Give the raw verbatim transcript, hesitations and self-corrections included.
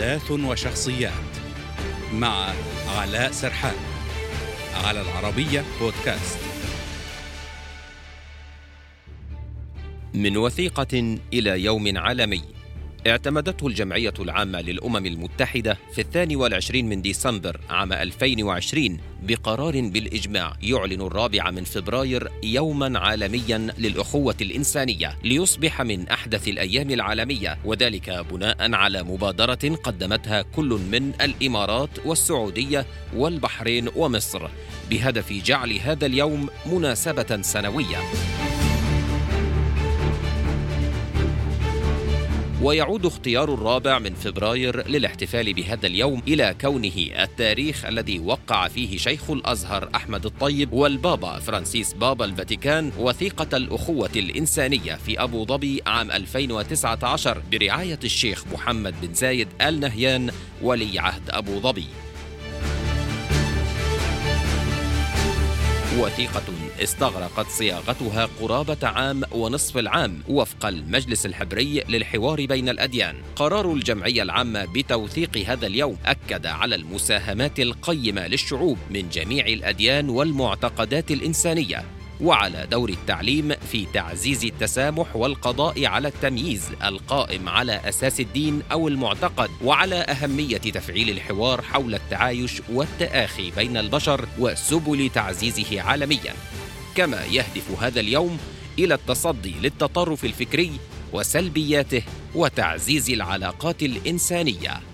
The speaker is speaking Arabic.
أحداث وشخصيات مع علاء سرحان على العربية بودكاست. من وثيقة إلى يوم عالمي اعتمدته الجمعية العامة للأمم المتحدة في الثاني والعشرين من ديسمبر عام ألفين وعشرين بقرار بالإجماع يعلن الرابع من فبراير يوماً عالمياً للأخوة الإنسانية، ليصبح من أحدث الأيام العالمية، وذلك بناءً على مبادرة قدمتها كل من الإمارات والسعودية والبحرين ومصر بهدف جعل هذا اليوم مناسبة سنوية. ويعود اختيار الرابع من فبراير للاحتفال بهذا اليوم إلى كونه التاريخ الذي وقع فيه شيخ الأزهر أحمد الطيب والبابا فرانسيس بابا الفاتيكان وثيقة الأخوة الإنسانية في أبو ظبي عام ألفين وتسعة عشر برعاية الشيخ محمد بن زايد آل نهيان ولي عهد أبو ظبي. وثيقة استغرقت صياغتها قرابة عام ونصف العام وفق المجلس الحبري للحوار بين الأديان. قرار الجمعية العامة بتوثيق هذا اليوم أكد على المساهمات القيمة للشعوب من جميع الأديان والمعتقدات الإنسانية، وعلى دور التعليم في تعزيز التسامح والقضاء على التمييز القائم على أساس الدين أو المعتقد، وعلى أهمية تفعيل الحوار حول التعايش والتآخي بين البشر وسبل تعزيزه عالمياً. كما يهدف هذا اليوم إلى التصدي للتطرف الفكري وسلبياته وتعزيز العلاقات الإنسانية.